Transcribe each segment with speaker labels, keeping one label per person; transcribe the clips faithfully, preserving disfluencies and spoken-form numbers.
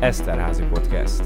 Speaker 1: Eszterházy Podcast.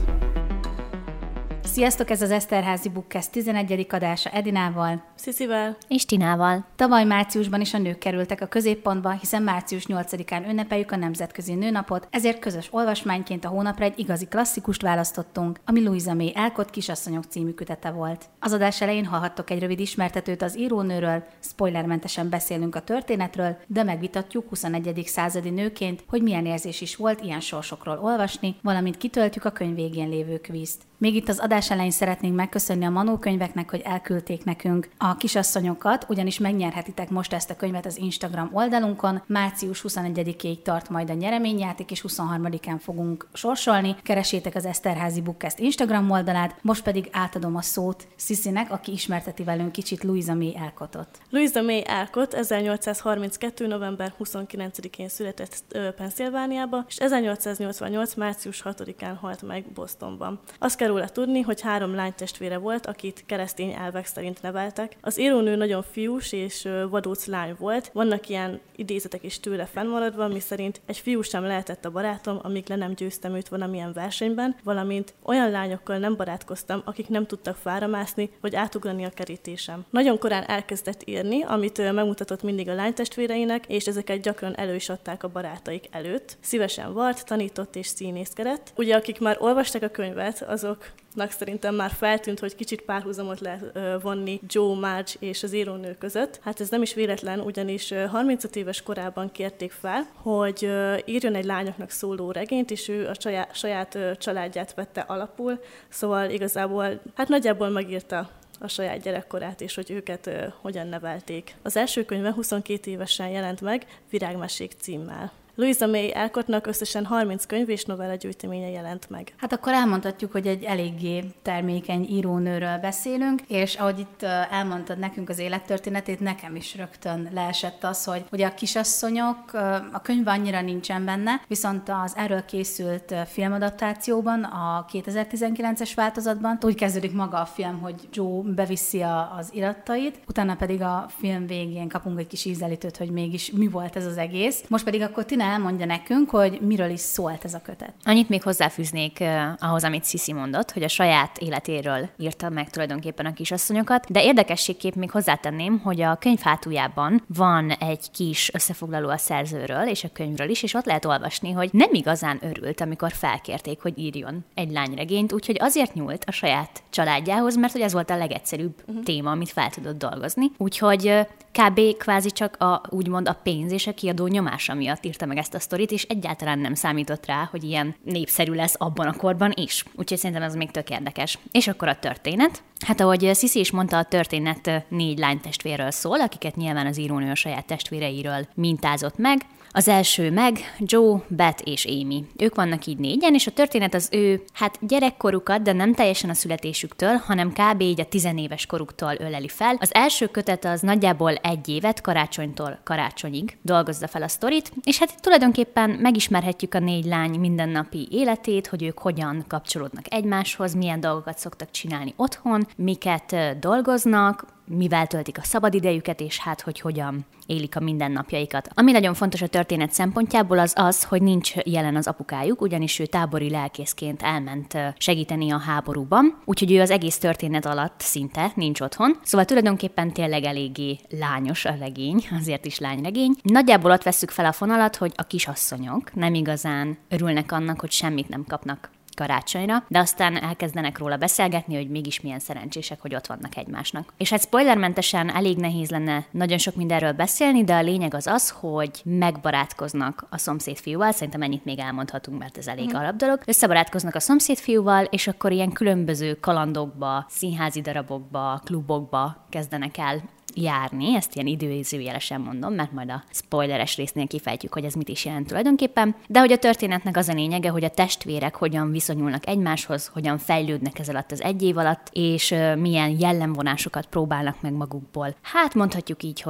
Speaker 2: Sziasztok, ez az Eszterházy Bookcast tizenegyedik adása Edinával,
Speaker 3: Sziszivel
Speaker 4: és Tinával.
Speaker 2: Tavaly márciusban is a nők kerültek a középpontba, hiszen március nyolcadikán ünnepeljük a Nemzetközi Nőnapot, ezért közös olvasmányként a hónapra egy igazi klasszikust választottunk, ami Louisa May Alcott Kisasszonyok című kötete volt. Az adás elején hallhattok egy rövid ismertetőt az írónőről, spoilermentesen beszélünk a történetről, de megvitatjuk huszonegyedik századi nőként, hogy milyen érzés is volt ilyen sorsokról olvasni, valamint kitöltjük a könyv végén lévő kvízt. Még itt az adás elején szeretnénk megköszönni a Manó könyveknek, hogy elküldték nekünk a kisasszonyokat, ugyanis megnyerhetitek most ezt a könyvet az Instagram oldalunkon. március huszonegyedikéig tart majd a nyereményjáték, és huszonharmadikán fogunk sorsolni. Keresétek az Eszterházy Bookcast Instagram oldalát, most pedig átadom a szót Sziszinek, aki ismerteti velünk kicsit Louisa May Alcottot.
Speaker 3: Louisa May Alcott ezernyolcszázharminckettő. november huszonkilencedikén született Pennsylvániába, és ezernyolcszáznyolcvannyolc. március hatodikán halt meg Bostonban. Azt kell róla tudni, hogy három lánytestvére volt, akit keresztény elvek szerint neveltek. Az írónő nagyon fiús és vadóc lány volt. Vannak ilyen idézetek is tőle fennmaradva, miszerint egy fiú sem lehetett a barátom, amíg le nem győztem őt valamilyen versenyben, valamint olyan lányokkal nem barátkoztam, akik nem tudtak fára mászni, vagy átugrani a kerítésem. Nagyon korán elkezdett írni, amit megmutatott mindig a lánytestvéreinek, és ezeket gyakran elő is adták a barátaik előtt. Szívesen vart, tanított és színészkedett. Ugye, akik már olvasták a könyvet, azoknak szerintem már feltűnt, hogy kicsit párhuzamot lehet vonni Joe, Marge és az írónő között. Hát ez nem is véletlen, ugyanis harmincöt éves korában kérték fel, hogy írjon egy lányoknak szóló regényt, és ő a saját, saját családját vette alapul, szóval igazából, hát nagyjából megírta a saját gyerekkorát, és hogy őket uh, hogyan nevelték. Az első könyve huszonkét évesen jelent meg, Virágmesék címmel. Louisa May Alcottnak összesen harminc könyv és novellagyűjteménye jelent meg.
Speaker 2: Hát akkor elmondhatjuk, hogy egy eléggé termékeny írónőről beszélünk, és ahogy itt elmondtad nekünk az élettörténetét, nekem is rögtön leesett az, hogy ugye a kisasszonyok, a könyv annyira nincsen benne, viszont az erről készült filmadaptációban, a kétezer-tizenkilences változatban úgy kezdődik maga a film, hogy Joe beviszi a, az iratait, utána pedig a film végén kapunk egy kis ízelítőt, hogy mégis mi volt ez az egész. Most pedig akkor Tina elmondja nekünk, hogy miről is szólt ez a kötet.
Speaker 4: Annyit még hozzáfűznék uh, ahhoz, amit Sziszi mondott, hogy a saját életéről írta meg tulajdonképpen a kisasszonyokat, de érdekességképp még hozzátenném, hogy a könyv hátuljában van egy kis összefoglaló a szerzőről és a könyvről is, és ott lehet olvasni, hogy nem igazán örült, amikor felkérték, hogy írjon egy lányregényt, úgyhogy azért nyúlt a saját családjához, mert hogy ez volt a legegyszerűbb uh-huh. téma, amit fel tudott dolgozni. Úgyhogy uh, kb. Kvázi csak a, úgymond a pénz és a kiadó nyomása miatt írta meg ezt a sztorit, és egyáltalán nem számított rá, hogy ilyen népszerű lesz abban a korban is. Úgyhogy szerintem ez még tök érdekes. És akkor a történet. Hát ahogy Sziszi is mondta, a történet négy lánytestvérről szól, akiket nyilván az írónő a saját testvéreiről mintázott meg. Az első meg Joe, Beth és Amy. Ők vannak így négyen, és a történet az ő, hát gyerekkorukat, de nem teljesen a születésüktől, hanem kb. Így a tizenéves koruktól öleli fel. Az első kötet az nagyjából egy évet, karácsonytól karácsonyig dolgozza fel a sztorit, és hát itt tulajdonképpen megismerhetjük a négy lány mindennapi életét, hogy ők hogyan kapcsolódnak egymáshoz, milyen dolgokat szoktak csinálni otthon, miket dolgoznak, mivel töltik a szabadidejüket, és hát, hogy hogyan élik a mindennapjaikat. Ami nagyon fontos a történet szempontjából az az, hogy nincs jelen az apukájuk, ugyanis ő tábori lelkészként elment segíteni a háborúban, úgyhogy ő az egész történet alatt szinte nincs otthon. Szóval tulajdonképpen tényleg eléggé lányos a regény, azért is lányregény. Nagyjából ott vesszük fel a fonalat, hogy a kisasszonyok nem igazán örülnek annak, hogy semmit nem kapnak karácsonyra, de aztán elkezdenek róla beszélgetni, hogy mégis milyen szerencsések, hogy ott vannak egymásnak. És hát spoilermentesen elég nehéz lenne nagyon sok mindenről beszélni, de a lényeg az az, hogy megbarátkoznak a szomszéd fiúval, szerintem ennyit még elmondhatunk, mert ez elég mm. alapdolog. Összebarátkoznak a szomszéd fiúval, és akkor ilyen különböző kalandokba, színházi darabokba, klubokba kezdenek el járni, ezt ilyen időzőjelesen mondom, mert majd a spoileres résznél kifejtjük, hogy ez mit is jelent tulajdonképpen, de hogy a történetnek az a lényege, hogy a testvérek hogyan viszonyulnak egymáshoz, hogyan fejlődnek ez alatt az egy év alatt, és uh, milyen jellemvonásokat próbálnak meg magukból. Hát mondhatjuk így, hogy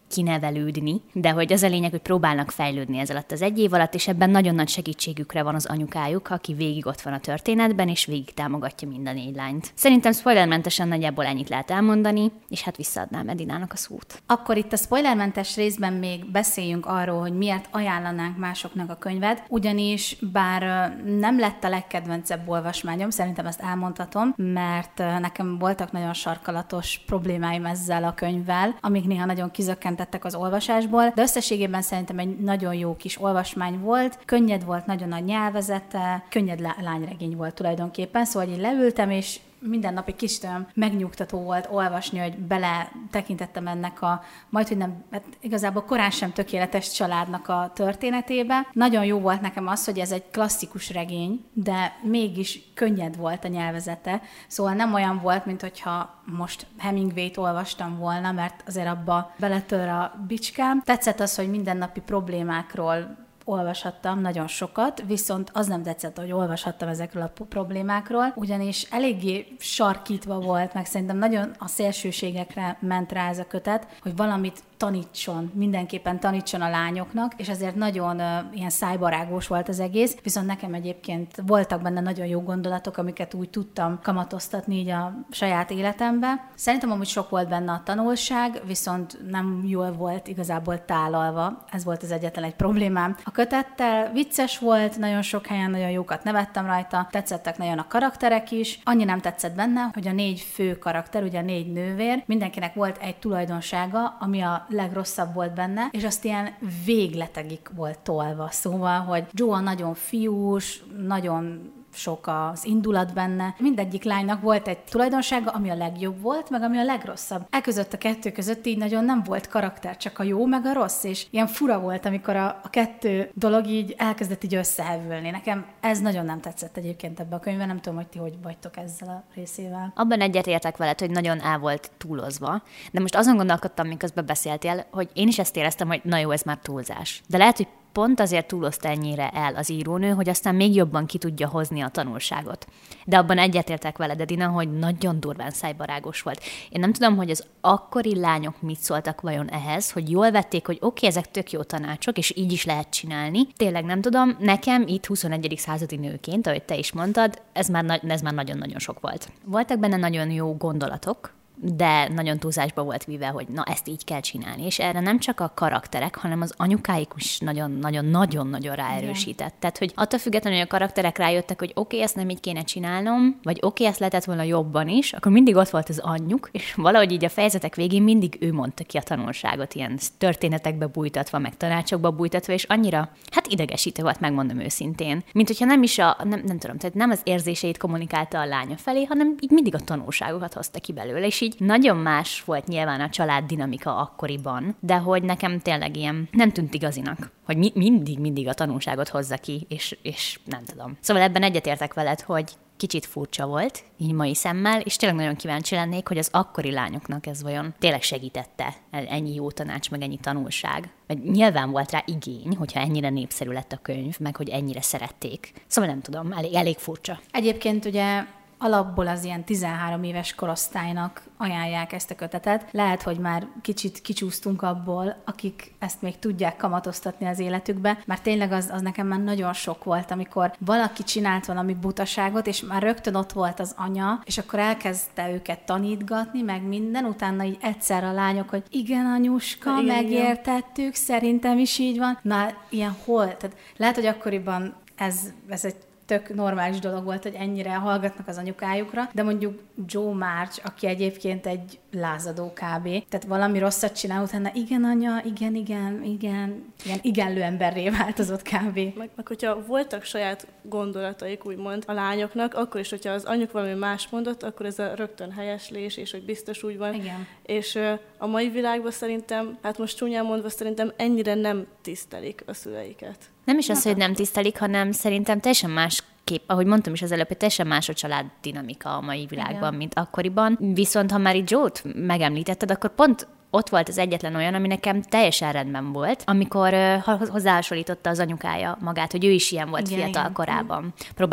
Speaker 4: kinevelődni, de hogy az a lényeg, hogy próbálnak fejlődni ez alatt az egy év alatt, és ebben nagyon nagy segítségükre van az anyukájuk, aki végig ott van a történetben, és végig támogatja mind a négy lányt. Szerintem spoilermentesen nagyjából ennyit lehet elmondani, és hát visszaadnám Edinának a szót.
Speaker 2: Akkor itt a spoilermentes részben még beszéljünk arról, hogy miért ajánlanánk másoknak a könyvet, ugyanis bár nem lett a legkedvencebb olvasmányom, szerintem ezt elmondhatom, mert nekem voltak nagyon sarkalatos problémáim ezzel a könyvvel, amik néha nagyon kizökkentettek az olvasásból, de összességében szerintem egy nagyon jó kis olvasmány volt, könnyed volt, nagyon a nyelvezete, könnyed lányregény volt tulajdonképpen, szóval így leültem, és minden nap egy kicsit olyan megnyugtató volt olvasni, hogy bele tekintettem ennek a, majd, hogy nem, hát igazából korán sem tökéletes családnak a történetébe. Nagyon jó volt nekem az, hogy ez egy klasszikus regény, de mégis könnyed volt a nyelvezete, szóval nem olyan volt, mint hogyha most Hemingway-t olvastam volna, mert azért abba beletör a bicskám. Tetszett az, hogy mindennapi problémákról olvashattam nagyon sokat, viszont az nem tetszett, hogy olvashattam ezekről a problémákról, ugyanis eléggé sarkítva volt, meg szerintem nagyon a szélsőségekre ment rá ez a kötet, hogy valamit tanítson, mindenképpen tanítson a lányoknak, és ezért nagyon uh, ilyen szájbarágós volt az egész, viszont nekem egyébként voltak benne nagyon jó gondolatok, amiket úgy tudtam kamatoztatni így a saját életembe. Szerintem amúgy sok volt benne a tanulság, viszont nem jól volt igazából tálalva. Ez volt az egyetlen egy problémám. A kötettel vicces volt, nagyon sok helyen nagyon jókat nevettem rajta, tetszettek nagyon a karakterek is. Annyi nem tetszett benne, hogy a négy fő karakter, ugye a négy nővér, mindenkinek volt egy tulajdonsága, ami a legrosszabb volt benne, és azt ilyen végletegig volt tolva. Szóval, hogy Joe nagyon fiús, nagyon sok az indulat benne. Mindegyik lánynak volt egy tulajdonsága, ami a legjobb volt, meg ami a legrosszabb. Eközött a kettő között így nagyon nem volt karakter, csak a jó, meg a rossz, és ilyen fura volt, amikor a, a kettő dolog így elkezdett így összehevülni. Nekem ez nagyon nem tetszett egyébként ebbe a könyvben, nem tudom, hogy ti hogy vagytok ezzel a részével.
Speaker 4: Abban egyetértek veled, hogy nagyon el volt túlozva, de most azon gondolkodtam, miközben beszéltél, hogy én is ezt éreztem, hogy na jó, ez már túlzás. De lehet, hogy pont azért túlozta ennyire el az írónő, hogy aztán még jobban ki tudja hozni a tanulságot. De abban egyetértek veled, Edina, hogy nagyon durván szájbarágos volt. Én nem tudom, hogy az akkori lányok mit szóltak vajon ehhez, hogy jól vették, hogy oké, okay, ezek tök jó tanácsok, és így is lehet csinálni. Tényleg nem tudom, nekem itt huszonegyedik századi nőként, ahogy te is mondtad, ez már, ez már nagyon-nagyon sok volt. Voltak benne nagyon jó gondolatok, de nagyon túlzásba volt víve, hogy na, ezt így kell csinálni. És erre nem csak a karakterek, hanem az anyukáik is nagyon-nagyon-nagyon-nagyon ráerősített. Tehát, hogy attól függetlenül, hogy a karakterek rájöttek, hogy oké, okay, ezt nem így kéne csinálnom, vagy oké, okay, ezt lehetett volna jobban is, akkor mindig ott volt az anyjuk, és valahogy így a fejezetek végén mindig ő mondta ki a tanulságot, ilyen történetekbe bújtatva, meg tanácsokba bújtatva, és annyira, hát idegesítő volt, megmondom őszintén. Mint hogyha nem is a, nem, nem tudom, tehát nem az érzéseit kommunikálta a lánya felé, hanem így mindig a tanulságokat hozta ki belőle, és így nagyon más volt nyilván a család dinamika akkoriban, de hogy nekem tényleg ilyen nem tűnt igazinak, hogy mi, mindig-mindig a tanulságot hozza ki, és, és nem tudom. Szóval ebben egyetértek veled, hogy kicsit furcsa volt, így mai szemmel, és tényleg nagyon kíváncsi lennék, hogy az akkori lányoknak ez vajon tényleg segítette ennyi jó tanács, meg ennyi tanulság. Mert nyilván volt rá igény, hogyha ennyire népszerű lett a könyv, meg hogy ennyire szerették. Szóval nem tudom, elég, elég furcsa.
Speaker 2: Egyébként ugye alapból az ilyen tizenhárom éves korosztálynak ajánlják ezt a kötetet. Lehet, hogy már kicsit kicsúsztunk abból, akik ezt még tudják kamatoztatni az életükbe, mert tényleg az, az nekem már nagyon sok volt, amikor valaki csinált valami butaságot, és már rögtön ott volt az anya, és akkor elkezdte őket tanítgatni, meg minden, utána így egyszer a lányok, hogy igen, anyuska, igen, megértettük, szerintem is így van. Na, ilyen hol? Tehát lehet, hogy akkoriban ez, ez egy tök normális dolog volt, hogy ennyire hallgatnak az anyukájukra, de mondjuk Joe March, aki egyébként egy lázadó kb. Tehát valami rosszat csinál, utána igen, anya, igen, igen, igen, igen, igenlő emberré változott kb.
Speaker 3: Meg, meg hogyha voltak saját gondolataik, úgymond a lányoknak, akkor is, hogyha az anyuk valami más mondott, akkor ez a rögtön helyeslés, és hogy biztos úgy van.
Speaker 2: Igen.
Speaker 3: És uh, a mai világban szerintem, hát most csúnyán mondva, szerintem ennyire nem tisztelik a szüleiket.
Speaker 4: Nem is az, hogy nem tisztelik, hanem szerintem teljesen más kép, ahogy mondtam is az előbb, hogy teljesen más a család dinamika a mai világban, igen, mint akkoriban. Viszont ha már így Joe-t megemlítetted, akkor pont ott volt az egyetlen olyan, ami nekem teljesen rendben volt, amikor uh, hozzáhasonlította az anyukája magát, hogy ő is ilyen volt, igen, fiatal igen. korában. Próbálok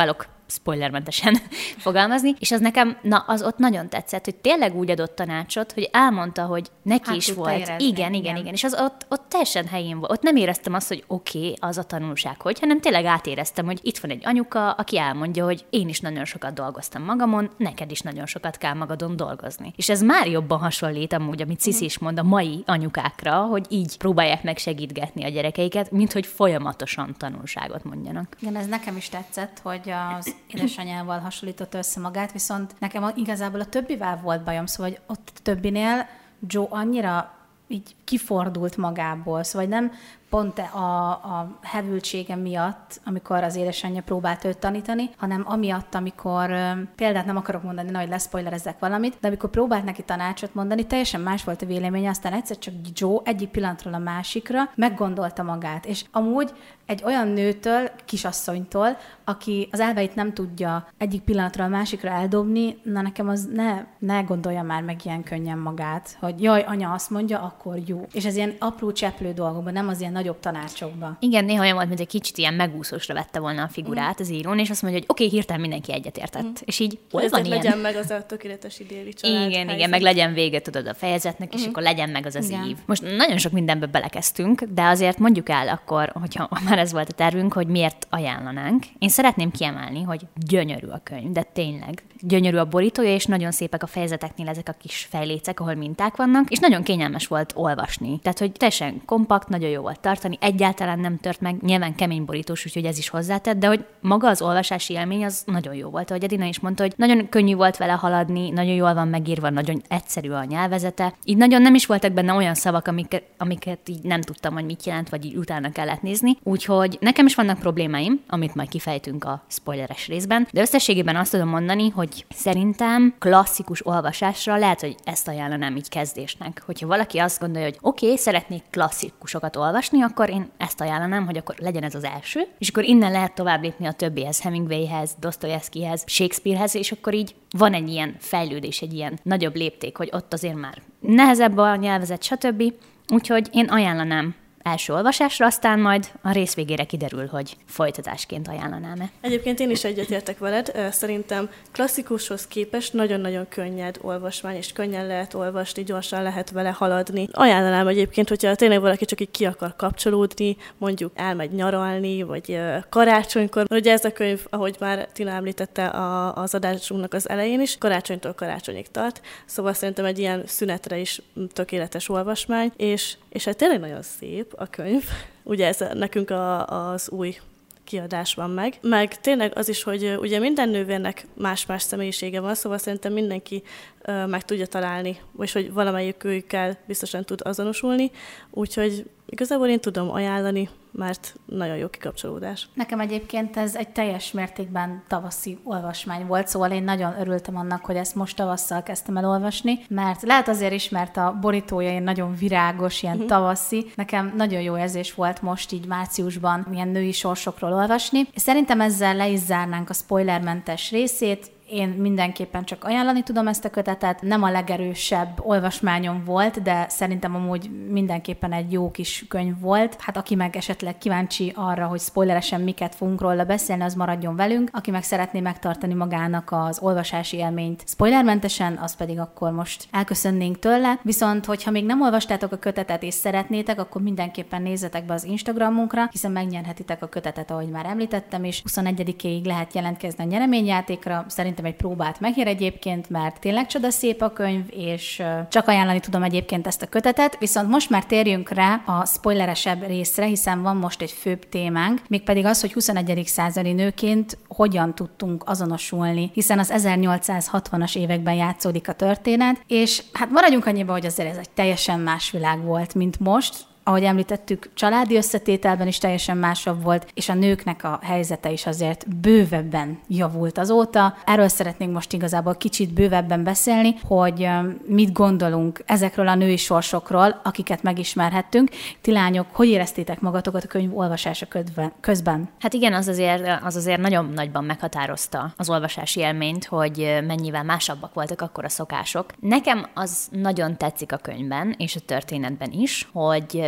Speaker 4: spoilermentesen fogalmazni, és az nekem, na, az ott nagyon tetszett, hogy tényleg úgy adott tanácsot, hogy elmondta, hogy neki hát is volt. Érezni, igen, igen, igen, igen, és az ott, ott teljesen helyén volt. Ott nem éreztem azt, hogy oké, okay, az a tanulság, hogy, hanem tényleg átéreztem, hogy itt van egy anyuka, aki elmondja, hogy én is nagyon sokat dolgoztam magamon, neked is nagyon sokat kell magadon dolgozni. És ez már jobban hasonlít amúgy, amit Cici is mond a mai anyukákra, hogy így próbálják meg segítgetni a gyerekeiket, mint hogy folyamatosan tanulságot mondjanak.
Speaker 2: Igen, ez nekem is tetszett, hogy az édesanyjával hasonlította össze magát, viszont nekem igazából a többivel volt bajom, szóval hogy ott a többinél Joe annyira így kifordult magából, szóval nem pont a, a hevültsége miatt, amikor az édesanyja próbált őt tanítani, hanem amiatt, amikor példát nem akarok mondani, nagy leszpoilerezzek valamit, de amikor próbált neki tanácsot mondani, teljesen más volt a véleménye, aztán egyszer csak Joe egyik pillanatról a másikra meggondolta magát. És amúgy egy olyan nőtől, kisasszonytól, aki az elveit nem tudja egyik pillanatról a másikra eldobni, na nekem az ne, ne gondolja már meg ilyen könnyen magát, hogy jaj, anya azt mondja, akkor jó. És ez ilyen apró cseplő dolgokban, nem az ilyen nagyobb tanácsokban.
Speaker 4: Igen, néha olyan volt, mint egy kicsit ilyen megúszósra vette volna a figurát mm. az írón, és azt mondja, hogy oké, okay, hirtelen mindenki egyetértett. Mm. És így, hol van ilyen?
Speaker 3: Legyen meg az a tökéletes idéli család.
Speaker 4: Igen, helyzet. Igen, meg legyen vége, tudod, a fejezetnek, mm. és akkor legyen meg az az igen. ív. Most nagyon sok mindenbe belekezdtünk, de azért mondjuk el akkor, hogyha már ez volt a tervünk, hogy miért ajánlanánk. Én szeretném kiemelni, hogy gyönyörű a könyv, de tényleg gyönyörű a borítója, és nagyon szépek a fejezeteknél ezek a kis fejlécek, ahol minták vannak, és nagyon kényelmes volt olvasni. Tehát, hogy teljesen kompakt, nagyon jó volt tartani, egyáltalán nem tört meg, nyilván kemény borítós, úgyhogy ez is hozzátett, de hogy maga az olvasási élmény az nagyon jó volt, ahogy Edina is mondta, hogy nagyon könnyű volt vele haladni, nagyon jól van megírva, nagyon egyszerű a nyelvezete. Így nagyon nem is voltak benne olyan szavak, amiket, amiket így nem tudtam, hogy mit jelent, vagy így utána kellett nézni. Úgyhogy nekem is vannak problémáim, amit majd kifejtünk a spoileres részben, de összességében azt tudom mondani, hogy szerintem klasszikus olvasásra lehet, hogy ezt ajánlanám így kezdésnek. Hogyha valaki azt gondolja, hogy oké, okay, szeretnék klasszikusokat olvasni, akkor én ezt ajánlanám, hogy akkor legyen ez az első, és akkor innen lehet tovább lépni a többihez, Hemingwayhez, Dostoyevskyhez, Shakespearehez, és akkor így van egy ilyen fejlődés, egy ilyen nagyobb lépték, hogy ott azért már nehezebb a nyelvezet, stb. Úgyhogy én ajánlanám első olvasásra, aztán majd a rész végére kiderül, hogy folytatásként ajánlanám-e.
Speaker 3: Egyébként én is egyetértek veled, szerintem klasszikushoz képest nagyon-nagyon könnyed olvasmány, és könnyen lehet olvasni, gyorsan lehet vele haladni. Ajánlanám egyébként, hogyha tényleg valaki csak így ki akar kapcsolódni, mondjuk elmegy nyaralni, vagy karácsonykor. Ugye ez a könyv, ahogy már Tina említette az adásunknak az elején is, karácsonytól karácsonyig tart, szóval szerintem egy ilyen szünetre is tökéletes olvasmány, és, és hát tényleg nagyon szép a könyv. Ugye ez nekünk a, az új kiadás van meg. Meg tényleg az is, hogy ugye minden nővérnek más-más személyisége van, szóval szerintem mindenki uh, meg tudja találni, vagy hogy valamelyikükkel biztosan tud azonosulni, úgyhogy igazából én tudom ajánlani, mert nagyon jó kikapcsolódás.
Speaker 2: Nekem egyébként ez egy teljes mértékben tavaszi olvasmány volt, szóval én nagyon örültem annak, hogy ezt most tavasszal kezdtem el olvasni, mert lehet azért is, mert a borítója ilyen nagyon virágos, ilyen uh-huh. tavaszi. Nekem nagyon jó érzés volt most így márciusban ilyen női sorsokról olvasni. És szerintem ezzel le is zárnánk a spoilermentes részét. Én mindenképpen csak ajánlani tudom ezt a kötetet. Nem a legerősebb olvasmányom volt, de szerintem amúgy mindenképpen egy jó kis könyv volt. Hát aki meg esetleg kíváncsi arra, hogy spoileresen miket fogunk róla beszélni, az maradjon velünk. Aki meg szeretné megtartani magának az olvasási élményt spoilermentesen, az pedig akkor most elköszönnénk tőle. Viszont, hogyha még nem olvastátok a kötetet és szeretnétek, akkor mindenképpen nézzetek be az Instagramunkra, hiszen megnyerhetitek a kötetet, ahogy már említettem, és huszonegyedikéig lehet jelentkezni a nyereményjátékra. Szerintem egy próbát megér egyébként, mert tényleg csoda szép a könyv, és csak ajánlani tudom egyébként ezt a kötetet, viszont most már térjünk rá a spoileresebb részre, hiszen van most egy főbb témánk, mégpedig az, hogy huszonegyedik századi nőként hogyan tudtunk azonosulni, hiszen az ezernyolcszázhatvanas években játszódik a történet, és hát maradjunk annyiba, hogy azért ez egy teljesen más világ volt, mint most. Ahogy említettük, családi összetételben is teljesen másabb volt, és a nőknek a helyzete is azért bővebben javult azóta. Erről szeretnénk most igazából kicsit bővebben beszélni, hogy mit gondolunk ezekről a női sorsokról, akiket megismerhettünk. Ti lányok, hogy éreztétek magatokat a könyv olvasása közben?
Speaker 4: Hát igen, az azért, az azért nagyon nagyban meghatározta az olvasási élményt, hogy mennyivel másabbak voltak akkor a szokások. Nekem az nagyon tetszik a könyvben, és a történetben is, hogy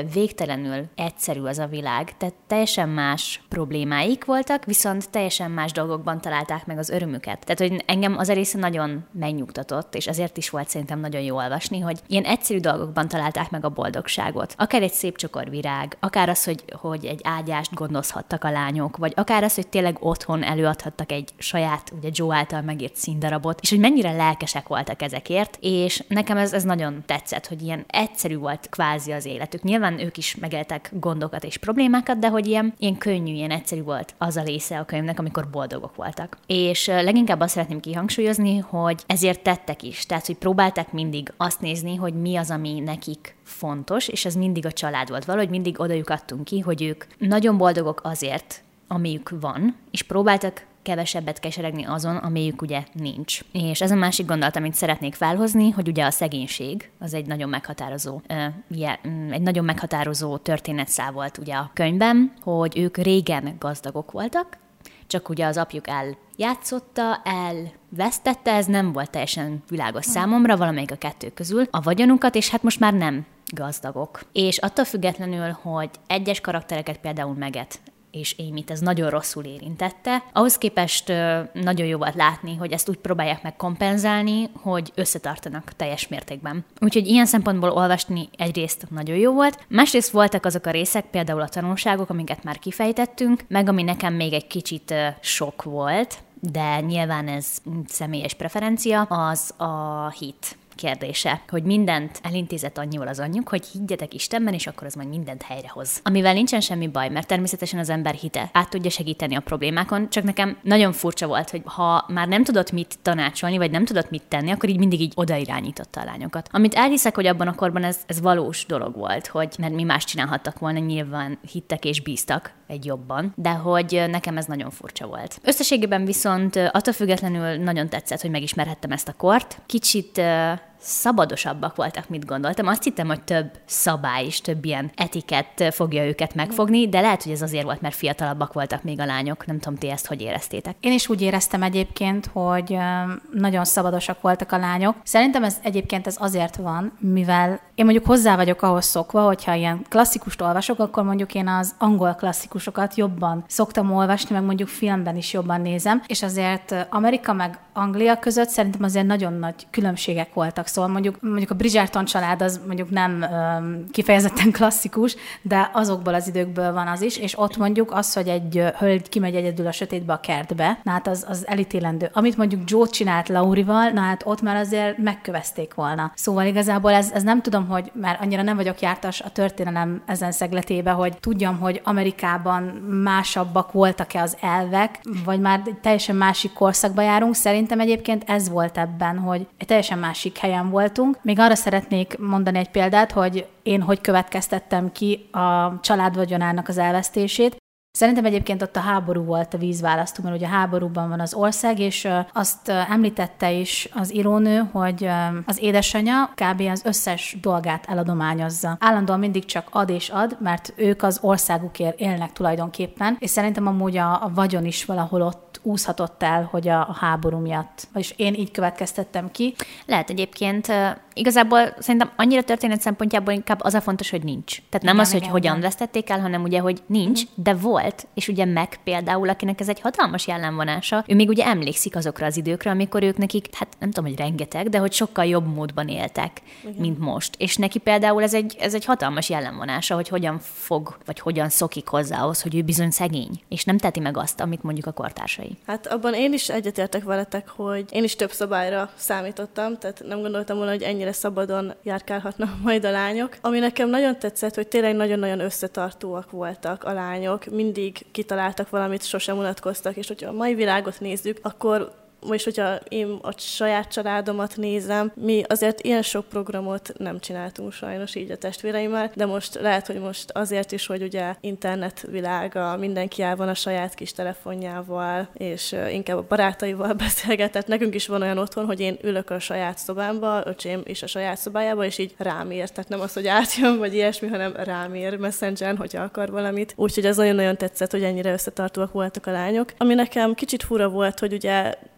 Speaker 4: végtelenül egyszerű az a világ, tehát teljesen más problémáik voltak, viszont teljesen más dolgokban találták meg az örömüket. Tehát, hogy engem az a része nagyon megnyugtatott, és ezért is volt szerintem nagyon jó olvasni, hogy ilyen egyszerű dolgokban találták meg a boldogságot. Akár egy szép csokor virág, akár az, hogy, hogy egy ágyást gondozhattak a lányok, vagy akár az, hogy tényleg otthon előadhattak egy saját, ugye Joe által megírt színdarabot, és hogy mennyire lelkesek voltak ezekért, és nekem ez, ez nagyon tetszett, hogy ilyen egyszerű volt kvázi az életük. Nyilván ők is megéltek gondokat és problémákat, de hogy ilyen, ilyen könnyű, ilyen egyszerű volt az a része a könyvnek, amikor boldogok voltak. És leginkább azt szeretném kihangsúlyozni, hogy ezért tettek is. Tehát, hogy próbálták mindig azt nézni, hogy mi az, ami nekik fontos, és ez mindig a család volt. Valahogy mindig odajuk adtunk ki, hogy ők nagyon boldogok azért, amiük van, és próbáltak kevesebbet keseregni azon, amélyük ugye nincs. És ez a másik gondolat, amit szeretnék felhozni, hogy ugye a szegénység az egy nagyon meghatározó, uh, yeah, egy nagyon meghatározó történetszál volt ugye a könyvben, hogy ők régen gazdagok voltak, csak ugye az apjuk eljátszotta, elvesztette, ez nem volt teljesen világos számomra, valamelyik a kettő közül, a vagyonukat, és hát most már nem gazdagok. És attól függetlenül, hogy egyes karaktereket, például Meget és Amyt ez nagyon rosszul érintette. Ahhoz képest nagyon jó volt látni, hogy ezt úgy próbálják meg kompenzálni, hogy összetartanak teljes mértékben. Úgyhogy ilyen szempontból olvasni egyrészt nagyon jó volt, másrészt voltak azok a részek, például a tanulságok, amiket már kifejtettünk, meg ami nekem még egy kicsit sok volt, de nyilván ez személyes preferencia, az a hit kérdése, hogy mindent elintézett annyival az anyjuk, hogy higgyetek Istenben, és akkor az majd mindent helyrehoz. Amivel nincsen semmi baj, mert természetesen az ember hite át tudja segíteni a problémákon, csak nekem nagyon furcsa volt, hogy ha már nem tudott mit tanácsolni, vagy nem tudott mit tenni, akkor így mindig így odairányította a lányokat. Amit elhiszek, hogy abban a korban ez, ez valós dolog volt, hogy mert mi más csinálhattak volna, nyilván hittek és bíztak egy jobban, de hogy nekem ez nagyon furcsa volt. Összességében viszont attól függetlenül nagyon tetszett, hogy megismerhettem ezt a kort. Kicsit szabadosabbak voltak, mit gondoltam. Azt hittem, hogy több szabály és több ilyen etikett fogja őket megfogni, de lehet, hogy ez azért volt, mert fiatalabbak voltak még a lányok. Nem tudom, ti ezt hogy éreztétek?
Speaker 2: Én is úgy éreztem egyébként, hogy nagyon szabadosak voltak a lányok. Szerintem ez egyébként ez azért van, mivel én mondjuk hozzá vagyok ahhoz szokva, hogyha ilyen klasszikust olvasok, akkor mondjuk én az angol klasszikusokat jobban szoktam olvasni, meg mondjuk filmben is jobban nézem, és azért Amerika meg Anglia között szerintem azért nagyon nagy különbségek voltak. Szóval mondjuk, mondjuk a Bridgerton család az mondjuk nem um, kifejezetten klasszikus, de azokból az időkből van az is, és ott mondjuk az, hogy egy hölgy kimegy egyedül a sötétbe a kertbe, na hát az, az elítélendő. Amit mondjuk Joe csinált Laurival, na hát ott már azért megkövezték volna. Szóval igazából ez, ez nem tudom, hogy már annyira nem vagyok jártas a történelem ezen szegletébe, hogy tudjam, hogy Amerikában másabbak voltak-e az elvek, vagy már egy teljesen másik korszakba járunk. Szerintem egyébként ez volt ebben, hogy egy teljesen másik helyen voltunk. Még arra szeretnék mondani egy példát, hogy én hogy következtettem ki a család vagyonának az elvesztését. Szerintem egyébként ott a háború volt a vízválasztó, mert ugye a háborúban van az ország, és azt említette is az írónő, hogy az édesanyja kb. Az összes dolgát eladományozza. Állandóan mindig csak ad és ad, mert ők az országukért élnek tulajdonképpen, és szerintem amúgy a, a vagyon is valahol ott úszhatott el, hogy a, a háború miatt. Vagyis én így következtettem ki.
Speaker 4: Lehet egyébként, igazából szerintem annyira történet szempontjából inkább az a fontos, hogy nincs. Tehát nem igen, az, hogy igen, hogyan igen. vesztették el, hanem ugye, hogy nincs, uh-huh. de volt, és ugye meg például, akinek ez egy hatalmas jellemvonása, ő még ugye emlékszik azokra az időkre, amikor ők nekik, hát nem tudom, hogy rengeteg, de hogy sokkal jobb módban éltek, igen. mint most. És neki például ez egy, ez egy hatalmas jellemvonása, hogy hogyan fog, vagy hogyan szokik hozzá ahhoz, hogy ő bizony szegény, és nem teti meg azt, amit mondjuk a kortársai.
Speaker 3: Hát abban én is egyetértek veletek, hogy én is több szabályra számítottam, tehát nem gondoltam volna, hogy ennyire szabadon járkálhatnak majd a lányok. Ami nekem nagyon tetszett, hogy tényleg nagyon-nagyon összetartóak voltak a lányok, mindig kitaláltak valamit, sosem unatkoztak, és hogyha a mai világot nézzük, akkor most, hogyha én a saját családomat nézem, mi azért ilyen sok programot nem csináltunk sajnos így a testvéreimmel, de most lehet, hogy most azért is, hogy ugye internetvilága, mindenki el van a saját kis telefonjával, és inkább a barátaival beszélget, tehát nekünk is van olyan otthon, hogy én ülök a saját szobámba, öcsém is a saját szobájába, és így rám ír, tehát nem az, hogy átjön, vagy ilyesmi, hanem rám ír Messengeren, hogyha akar valamit. Úgyhogy ez nagyon-nagyon tetszett, hogy ennyire összetartóak voltak a lányok. Ami nekem kicsit fura volt, hogy ugye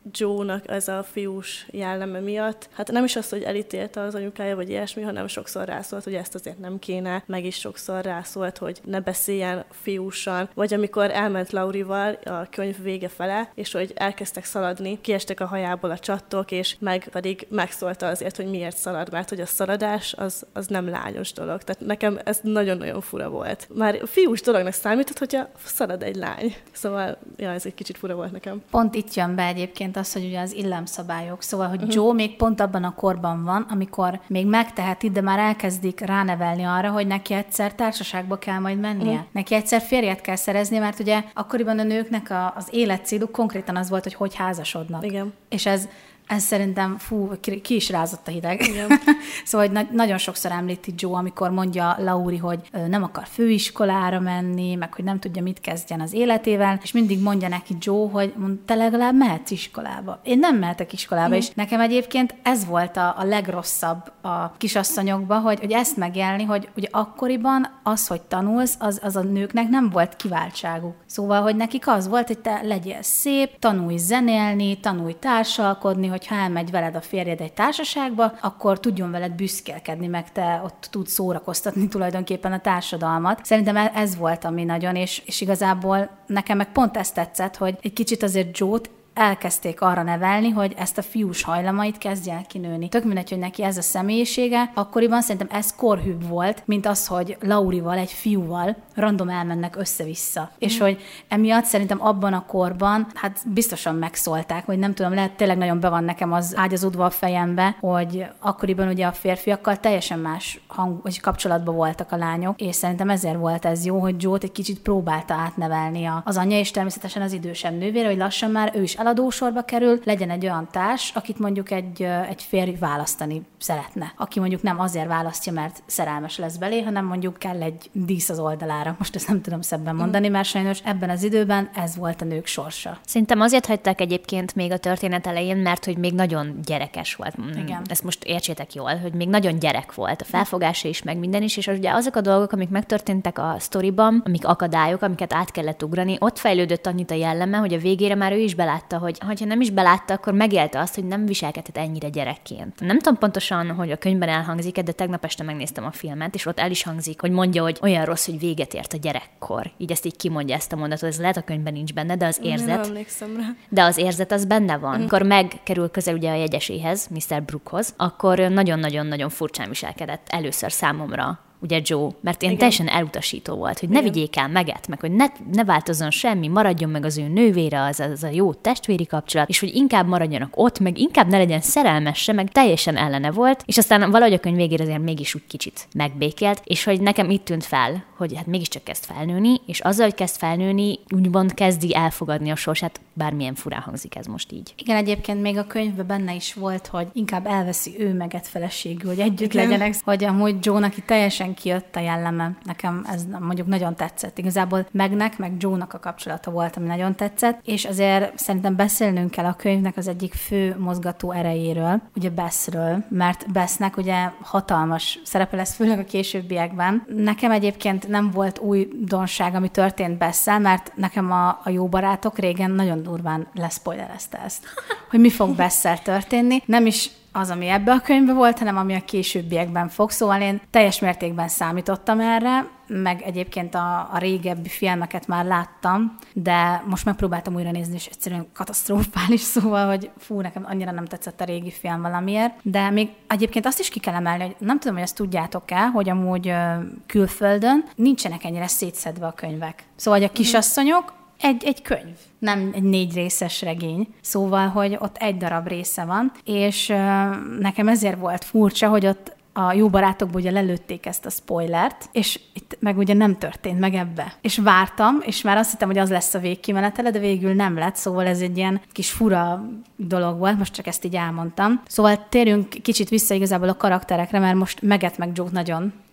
Speaker 3: Joe-nak ez a fiús jelleme miatt, hát nem is az, hogy elítélte az anyukája, vagy ilyesmi, hanem sokszor rászólt, hogy ezt azért nem kéne, meg is sokszor rászólt, hogy ne beszéljen fiúsan, vagy amikor elment Laurival a könyv vége fele, és hogy elkezdtek szaladni, kiestek a hajából a csattok, és meg pedig megszólta azért, hogy miért szalad, mert hogy a szaladás az, az nem lányos dolog. Tehát nekem ez nagyon-nagyon fura volt. Már fiús dolognak számított, hogyha szalad egy lány. Szóval, ja, ez egy kicsit fura volt nekem.
Speaker 2: Pont itt jön be egyébként az, hogy ugye az illemszabályok. Szóval, hogy uh-huh. Joe még pont abban a korban van, amikor még megteheti, de már elkezdik ránevelni arra, hogy neki egyszer társaságba kell majd mennie. Uh-huh. Neki egyszer férjet kell szerezni, mert ugye akkoriban a nőknek a, az életcéluk konkrétan az volt, hogy hogy házasodnak.
Speaker 3: Igen.
Speaker 2: És ez Ez szerintem, fú, ki is rázott a hideg. Szóval hogy na- nagyon sokszor említi Joe, amikor mondja Lauri, hogy ö, nem akar főiskolára menni, meg hogy nem tudja, mit kezdjen az életével, és mindig mondja neki Joe, hogy te legalább mehetsz iskolába. Én nem mehetek iskolába, mm. és nekem egyébként ez volt a, a legrosszabb a kisasszonyokban, hogy, hogy ezt megélni, hogy ugye akkoriban az, hogy tanulsz, az, az a nőknek nem volt kiváltságuk. Szóval, hogy nekik az volt, hogy te legyél szép, tanulj zenélni, tanulj társalkodni, hogy ha elmegy veled a férjed egy társaságba, akkor tudjon veled büszkélkedni, meg te ott tudsz szórakoztatni tulajdonképpen a társadalmat. Szerintem ez volt, ami nagyon, és, és igazából nekem meg pont ezt tetszett, hogy egy kicsit azért Joe-t elkezdték arra nevelni, hogy ezt a fiús hajlamait kezdje el kinőni. Tök mindegy, hogy neki ez a személyisége, akkoriban szerintem ez korhűbb volt, mint az, hogy Laurival, egy fiúval random elmennek össze-vissza. Mm. És hogy emiatt szerintem abban a korban, hát biztosan megszólták, hogy nem tudom, lehet tényleg nagyon be van nekem az ágyazódva a fejembe, hogy akkoriban ugye a férfiakkal teljesen más hang, vagy kapcsolatban voltak a lányok, és szerintem ezért volt ez jó, hogy Joe-t egy kicsit próbálta átnevelni az anyja, és természetesen az idősebb nővére, hogy lassan már ő is eladósorba kerül, legyen egy olyan társ, akit mondjuk egy, egy férj választani szeretne. Aki mondjuk nem azért választja, mert szerelmes lesz belé, hanem mondjuk kell egy dísz az oldalára. Most ezt nem tudom szebben mondani, mert sajnos ebben az időben ez volt a nők sorsa.
Speaker 4: Szerintem azért hagyták egyébként még a történet elején, mert hogy még nagyon gyerekes volt.
Speaker 2: Igen.
Speaker 4: Ezt most értsétek jól, hogy még nagyon gyerek volt. A felfogása is, meg minden is, és ugye azok a dolgok, amik megtörténtek a sztoriban, amik akadályok, amiket át kellett ugrani, ott fejlődött annyit a jelleme, hogy a végére már ő is belátta, hogy ha nem is belátta, akkor megélte azt, hogy nem viselkedhet ennyire gyerekként. Nem tudom pontosan, hogy a könyvben elhangzik, de tegnap este megnéztem a filmet, és ott el is hangzik, hogy mondja, hogy olyan rossz, hogy véget ért a gyerekkor. Így ezt így kimondja ezt a mondatot, ez lehet a könyvben nincs benne, de az érzet. De az érzet az benne van. Mm. Amikor megkerül közel ugye a jegyeséhez, miszter Brookehoz, akkor nagyon-nagyon-nagyon furcsán viselkedett először számomra ugye Joe, mert én Igen. teljesen elutasító volt, hogy ne Igen. vigyék el meget, meg hogy ne, ne változzon semmi, maradjon meg az ő nővére, az, az a jó testvéri kapcsolat, és hogy inkább maradjanak ott, meg inkább ne legyen szerelmes se, meg teljesen ellene volt, és aztán valahogy a könyv végére azért mégis úgy kicsit megbékélt, és hogy nekem itt tűnt fel, hogy hát mégiscsak kezd felnőni, és azzal, hogy kezd felnőni, úgymond kezdi elfogadni a sorsát, bármilyen furán hangzik ez most így.
Speaker 2: Igen, egyébként még a könyvben benne is volt, hogy inkább elveszi ő meget feleségül, hogy együtt Igen. legyenek, hogy amúgy Joe-nak itt teljesen kijött a jelleme. Nekem ez mondjuk nagyon tetszett. Igazából Megnek, meg Joe-nak a kapcsolata volt, ami nagyon tetszett, és azért szerintem beszélnünk kell a könyvnek az egyik fő mozgató erejéről, ugye Bessről, mert Bessnek ugye hatalmas szerepe lesz, főleg a későbbiekben. Nekem egyébként nem volt újdonság, ami történt Besszel, mert nekem a, a jó barátok régen nagyon durván leszpoilerezte ezt, hogy mi fog Besszel történni. Nem is az, ami ebbe a könyvben volt, hanem ami a későbbiekben fog. Szóval én teljes mértékben számítottam erre, meg egyébként a, a régebbi filmeket már láttam, de most megpróbáltam újra nézni, és egyszerűen katasztrofális, szóval, hogy fú, nekem annyira nem tetszett a régi film valamiért. De még egyébként azt is ki kell emelni, hogy nem tudom, hogy ezt tudjátok-e, hogy amúgy ö, külföldön nincsenek ennyire szétszedve a könyvek. Szóval, hogy a kisasszonyok Egy, egy könyv, nem egy négy részes regény. Szóval, hogy ott egy darab része van, és uh, nekem ezért volt furcsa, hogy ott a jó barátokból ugye lelőtték ezt a spoilert, és itt meg ugye nem történt meg ebbe. És vártam, és már azt hittem, hogy az lesz a végkimenetele, de végül nem lett, szóval ez egy ilyen kis fura dolog volt, most csak ezt így elmondtam. Szóval térjünk kicsit vissza igazából a karakterekre, mert most Meget meg Joe-t nagyon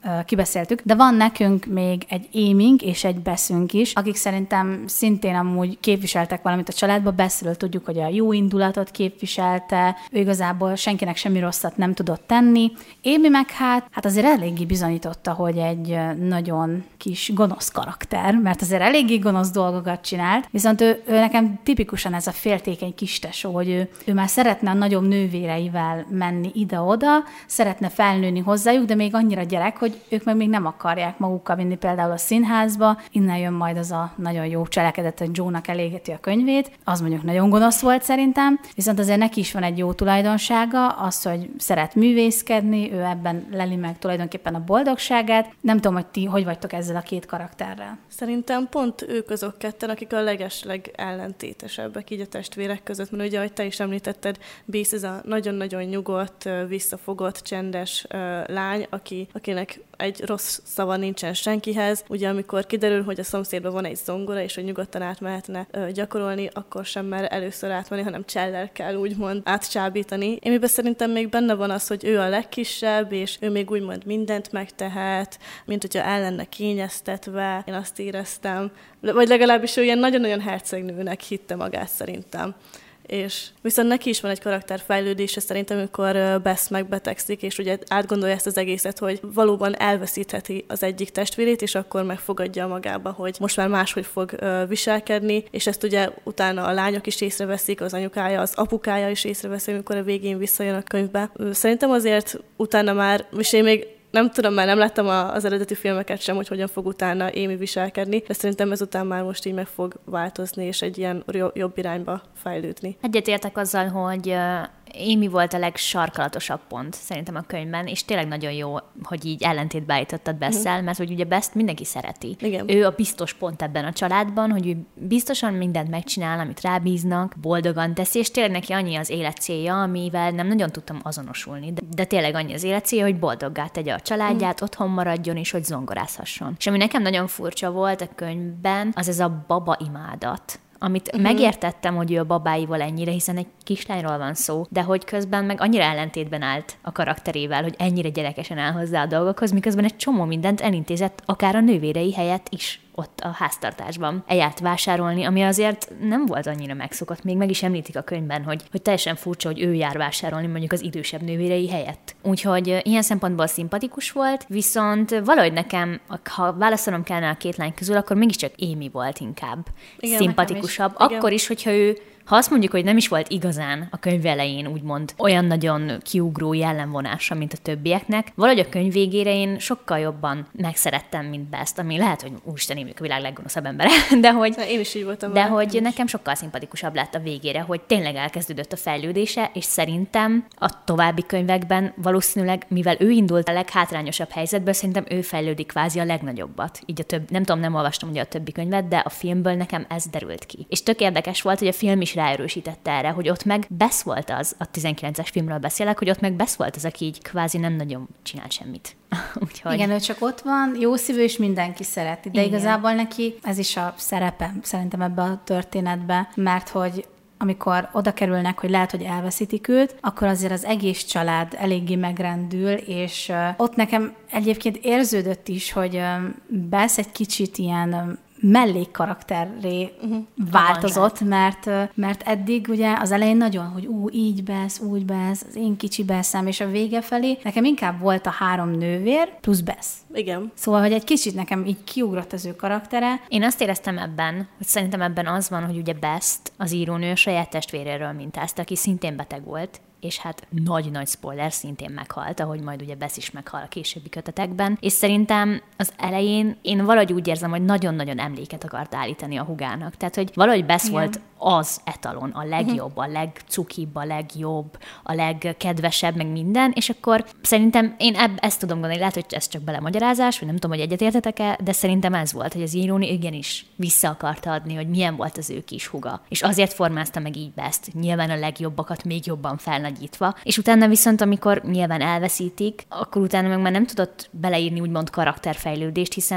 Speaker 2: uh, kibeszéltük, de van nekünk még egy Amynk és egy Bessünk is, akik szerintem szintén amúgy képviseltek valamit a családba. Bessről tudjuk, hogy a jó indulatot képviselte, ő igazából senkinek semmi rosszat nem tudott tenni. Amy meg hát, hát azért eléggé bizonyította, hogy egy nagyon kis gonosz karakter, mert azért eléggé gonosz dolgokat csinált, viszont ő, ő nekem tipikusan ez a féltékeny kistesó, hogy ő, ő már szeretne a nagyobb nővéreivel menni ide-oda, szeretne felnőni hozzájuk, de még annyira gyerek, hogy ők meg még nem akarják magukkal vinni például a színházba. Innen jön majd az a nagyon jó cselekedet, hogy Joe-nak elégeti a könyvét. Az mondjuk nagyon gonosz volt szerintem, viszont azért neki is van egy jó tulajdonsága, az, hogy szeret művészkedni, ő ebben leli meg tulajdonképpen a boldogságát. Nem tudom, hogy ti hogy vagytok ezzel a két karakterrel.
Speaker 3: Szerintem pont ők azok ketten, akik a legesleg ellentétesebbek így a testvérek között, mert ugye, ahogy te is említetted, Bész ez a nagyon-nagyon nyugodt, visszafogott, csendes uh, lány, aki, akinek egy rossz szava nincsen senkihez. Ugye amikor kiderül, hogy a szomszédban van egy zongora, és hogy nyugodtan átmehetne uh, gyakorolni, akkor sem mer először átmenni, hanem csellel kell úgymond átcsábítani. Amiben szerintem még benne van az, hogy ő a legkisebb, és ő még úgymond mindent megtehet, mint hogyha el lenne kényeztetve. Én azt éreztem, vagy legalábbis ő ilyen nagyon-nagyon hercegnőnek hitte magát szerintem. És viszont neki is van egy karakterfejlődése szerintem, amikor Bess megbetegszik, és ugye átgondolja ezt az egészet, hogy valóban elveszítheti az egyik testvérét, és akkor megfogadja magába, hogy most már máshogy fog viselkedni, és ezt ugye utána a lányok is észreveszik, az anyukája, az apukája is észreveszik, amikor a végén visszajön a könyvbe. Szerintem azért utána már, és én még nem tudom, már nem láttam az eredeti filmeket sem, hogy hogyan fog utána Amy viselkedni, de szerintem ezután már most így meg fog változni, és egy ilyen jobb irányba fejlődni.
Speaker 4: Egyetértek azzal, hogy Amy volt a legsarkalatosabb pont szerintem a könyvben, és tényleg nagyon jó, hogy így ellentétbe állítottad Besszel, uh-huh. mert hogy ugye Best mindenki szereti.
Speaker 3: Igen.
Speaker 4: Ő a biztos pont ebben a családban, hogy ő biztosan mindent megcsinál, amit rábíznak, boldogan teszi, és tényleg neki annyi az élet célja, amivel nem nagyon tudtam azonosulni, de, de tényleg annyi az élet célja, hogy boldoggá tegye a családját, uh-huh. otthon maradjon, és hogy zongorázhasson. És ami nekem nagyon furcsa volt a könyvben, az ez a baba imádat, amit uh-huh. megértettem, hogy ő a babáival ennyire, hiszen egy kislányról van szó, de hogy közben meg annyira ellentétben állt a karakterével, hogy ennyire gyerekesen áll hozzá a dolgokhoz, miközben egy csomó mindent elintézett, akár a nővérei helyett is ott a háztartásban eljárt vásárolni, ami azért nem volt annyira megszokott. Még meg is említik a könyvben, hogy, hogy teljesen furcsa, hogy ő jár vásárolni mondjuk az idősebb nővérei helyett. Úgyhogy ilyen szempontból szimpatikus volt, viszont valahogy nekem, ha válaszolnom kellene a két lány közül, akkor mégiscsak Amy volt inkább igen, szimpatikusabb. Is. Akkor is, hogyha ő ha azt mondjuk, hogy nem is volt igazán a könyv elején úgymond olyan nagyon kiugró jellemvonása, mint a többieknek, valahogy a könyv végére én sokkal jobban megszerettem, mint Best, ami lehet, hogy úristen, én vagyok a világ leggonoszabb embere, de hogy,
Speaker 3: én is így voltam
Speaker 4: de hogy is. Nekem sokkal szimpatikusabb lett a végére, hogy tényleg elkezdődött a fejlődése, és szerintem a további könyvekben valószínűleg, mivel ő indult a leghátrányosabb helyzetből, szerintem ő fejlődik kvázi a legnagyobbat. Így a több, nem tudom, nem olvastam ugye a többi könyvet, de a filmből nekem ez derült ki. És tök érdekes volt, hogy a film is ráerősítette erre, hogy ott meg Bess volt az, a tizenkilences filmről beszélek, hogy ott meg Bess volt az, aki így kvázi nem nagyon csinált semmit. Úgyhogy...
Speaker 2: Igen, ő csak ott van, jó szívű, és mindenki szereti, de igen. Igazából neki ez is a szerepe szerintem ebbe a történetbe, mert hogy amikor oda kerülnek, hogy lehet, hogy elveszítik őt, akkor azért az egész család eléggé megrendül, és ott nekem egyébként érződött is, hogy Bess egy kicsit ilyen mellékkarakterré uh-huh. változott, mert, mert eddig ugye az elején nagyon, hogy ú, így Bess, úgy Bess, az én kicsi Bessem, és a vége felé nekem inkább volt a három nővér plusz Bess.
Speaker 3: Igen.
Speaker 2: Szóval, hogy egy kicsit nekem így kiugrott az ő karaktere.
Speaker 4: Én azt éreztem ebben, hogy szerintem ebben az van, hogy ugye Best, az írónő, a saját testvéréről mintázta, aki szintén beteg volt, és hát nagy-nagy spoiler, szintén meghalt, ahogy majd ugye Bess is meghal a későbbi kötetekben, és szerintem az elején én valahogy úgy érzem, hogy nagyon-nagyon emléket akart állítani a hugának. Tehát, hogy valahogy Bess igen. volt az etalon, a legjobb, a legcukibb, a legjobb, a legkedvesebb, meg minden, és akkor szerintem én ebb, ezt tudom gondolni, lehet, hogy ez csak belemagyarázás, vagy nem tudom, hogy egyetértetek-e, de szerintem ez volt, hogy az írónő igenis vissza akarta adni, hogy milyen volt az ő kis huga. És azért formázta meg így Best, nyilván a legjobbakat még jobban felnagyítva, és utána viszont, amikor nyilván elveszítik, akkor utána meg már nem tudott beleírni úgymond karakterfejlődést, hiszen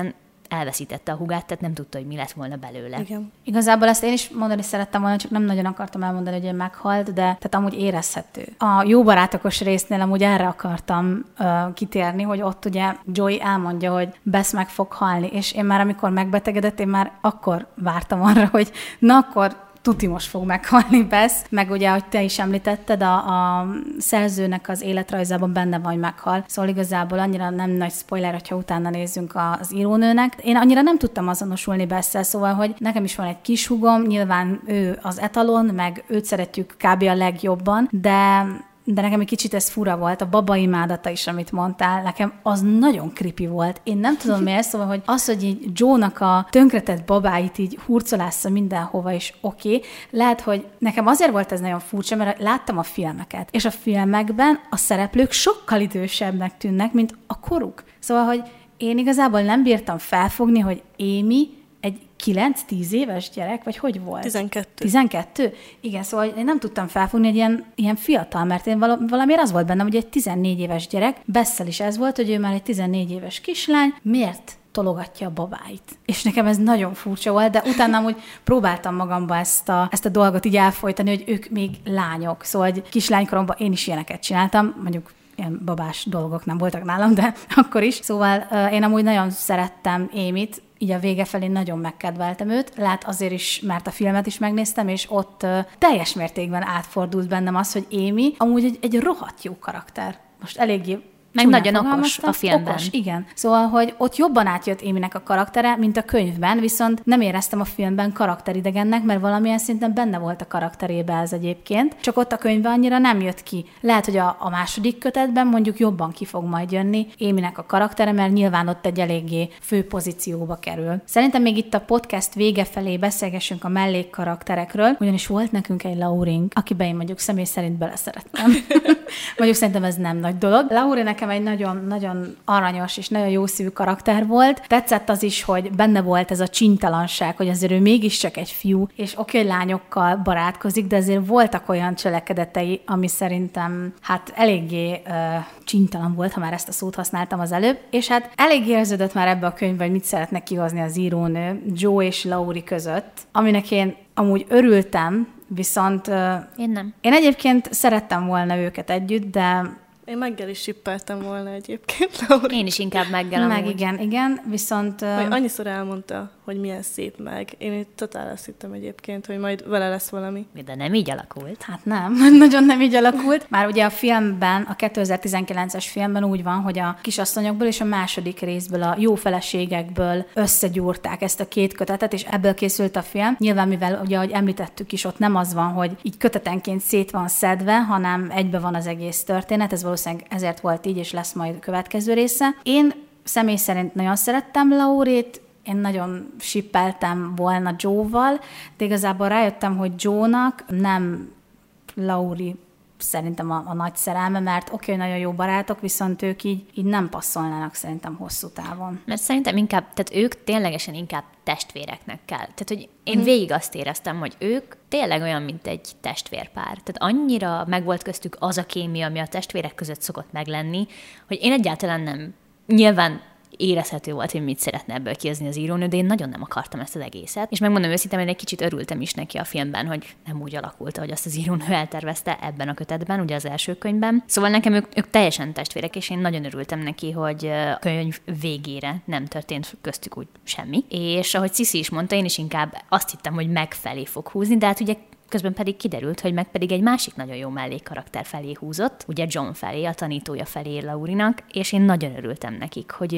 Speaker 4: elveszítette a hugát, tehát nem tudta, hogy mi lett volna belőle.
Speaker 3: Igen.
Speaker 2: Igazából ezt én is mondani szerettem volna, csak nem nagyon akartam elmondani, hogy ő meghalt, de tehát amúgy érezhető. A jó barátokos résznél amúgy erre akartam uh, kitérni, hogy ott ugye Joey elmondja, hogy Bess meg fog halni, és én már amikor megbetegedett, én már akkor vártam arra, hogy na akkor tuti most fog meghalni Bess, meg ugye, ahogy te is említetted, a, a szerzőnek az életrajzában benne van, hogy meghal. Szóval igazából annyira nem nagy spoiler, hogyha utána nézzünk az írónőnek. Én annyira nem tudtam azonosulni Bessel, szóval, hogy nekem is van egy kis húgom, nyilván ő az etalon, meg őt szeretjük kb. A legjobban, de de nekem egy kicsit ez fura volt, a baba imádata is, amit mondtál, nekem az nagyon creepy volt. Én nem tudom miért, szóval, hogy az, hogy így Joe-nak a tönkretett babáit így hurcolásza mindenhova, és oké, okay. Lehet, hogy nekem azért volt ez nagyon furcsa, mert láttam a filmeket, és a filmekben a szereplők sokkal idősebbnek tűnnek, mint a koruk. Szóval, hogy én igazából nem bírtam felfogni, hogy Amy egy kilenc-tíz éves gyerek, vagy hogy volt?
Speaker 3: tizenkettő.
Speaker 2: tizenkettő? Igen, szóval én nem tudtam felfogni, hogy ilyen, ilyen fiatal, mert én valamiért az volt bennem, hogy egy tizennégy éves gyerek, Bessel is ez volt, hogy ő már egy tizennégy éves kislány, miért tologatja a babáit? És nekem ez nagyon furcsa volt, de utána amúgy próbáltam magamba ezt a, ezt a dolgot így elfolytani, hogy ők még lányok. Szóval hogy kislánykoromban én is ilyeneket csináltam, mondjuk ilyen babás dolgok nem voltak nálam, de akkor is. Szóval uh, én amúgy nagyon szerettem Amy-t, így a vége felé nagyon megkedveltem őt. Lát azért is, mert a filmet is megnéztem, és ott uh, teljes mértékben átfordult bennem az, hogy Amy amúgy egy, egy rohadt jó karakter. Most eléggé
Speaker 4: meg nagyon okos a filmben.
Speaker 2: Okos, igen. Szóval, hogy ott jobban átjött Amy-nek a karaktere, mint a könyvben, viszont nem éreztem a filmben karakteridegennek, mert valamilyen szinten benne volt a karakterébe ez egyébként, csak ott a könyvben annyira nem jött ki. Lehet, hogy a, a második kötetben mondjuk jobban ki fog majd jönni Amy-nek a karaktere, mert nyilván ott egy eléggé fő pozícióba kerül. Szerintem még itt a podcast vége felé beszélgessünk a mellékkarakterekről, ugyanis volt nekünk egy Laurink, akiben én mondjuk személy szerint beleszerettem. Mondjuk szerintem ez nem nagy dolog. Laurie nekem egy nagyon-nagyon aranyos és nagyon jó szívű karakter volt. Tetszett az is, hogy benne volt ez a csínytalanság, hogy azért ő mégiscsak egy fiú, és oké, hogy lányokkal barátkozik, de azért voltak olyan cselekedetei, ami szerintem hát eléggé uh, csínytalan volt, ha már ezt a szót használtam az előbb, és hát elég érződött már ebbe a könyvbe, hogy mit szeretne kihozni az írónő Joe és Laurie között, aminek én amúgy örültem, viszont uh,
Speaker 4: én nem.
Speaker 2: Én egyébként szerettem volna őket együtt, de
Speaker 3: én Meggel is sippeltem volna egyébként, Laura.
Speaker 4: Én is inkább Meggel
Speaker 2: Meg igen, igen, viszont...
Speaker 3: Vagy annyiszor elmondta, hogy milyen szép meg. Én itt totál azt hittem egyébként, hogy majd vele lesz valami.
Speaker 4: De nem így alakult.
Speaker 2: Hát nem, nagyon nem így alakult. Már ugye a filmben, a kétezer-tizenkilences filmben úgy van, hogy a kisasszonyokból és a második részből, a jó feleségekből összegyúrták ezt a két kötetet, és ebből készült a film. Nyilván, mivel ugye, ahogy említettük is, ott nem az van, hogy így kötetenként szét van szedve, hanem egybe van az egész történet. Ez valószínűleg ezért volt így, és lesz majd a következő része. Én személy szerint nagyon szerettem Laurét, én nagyon sippeltem volna Joe-val, de igazából rájöttem, hogy Joe-nak nem Laurie szerintem a, a nagy szerelme, mert oké, okay, nagyon jó barátok, viszont ők így, így nem passzolnának szerintem hosszú távon.
Speaker 4: Mert szerintem inkább, tehát ők ténylegesen inkább testvéreknek kell. Tehát, hogy én mm. végig azt éreztem, hogy ők tényleg olyan, mint egy testvérpár. Tehát annyira megvolt köztük az a kémia, ami a testvérek között szokott meglenni, hogy én egyáltalán nem, nyilván érezhető volt, hogy mit szeretne ebből kihozni az írónő, de én nagyon nem akartam ezt az egészet. És megmondom őszintén, hogy egy kicsit örültem is neki a filmben, hogy nem úgy alakult, ahogy azt az írónő eltervezte ebben a kötetben, ugye az első könyvben. Szóval nekem ők, ők teljesen testvérek, és én nagyon örültem neki, hogy a könyv végére nem történt köztük úgy semmi. És ahogy Cici is mondta, én is inkább azt hittem, hogy megfelé fog húzni, de hát ugye közben pedig kiderült, hogy meg pedig egy másik nagyon jó mellékkarakter felé húzott, ugye John felé, a tanítója felé Laurinak, és én nagyon örültem nekik, hogy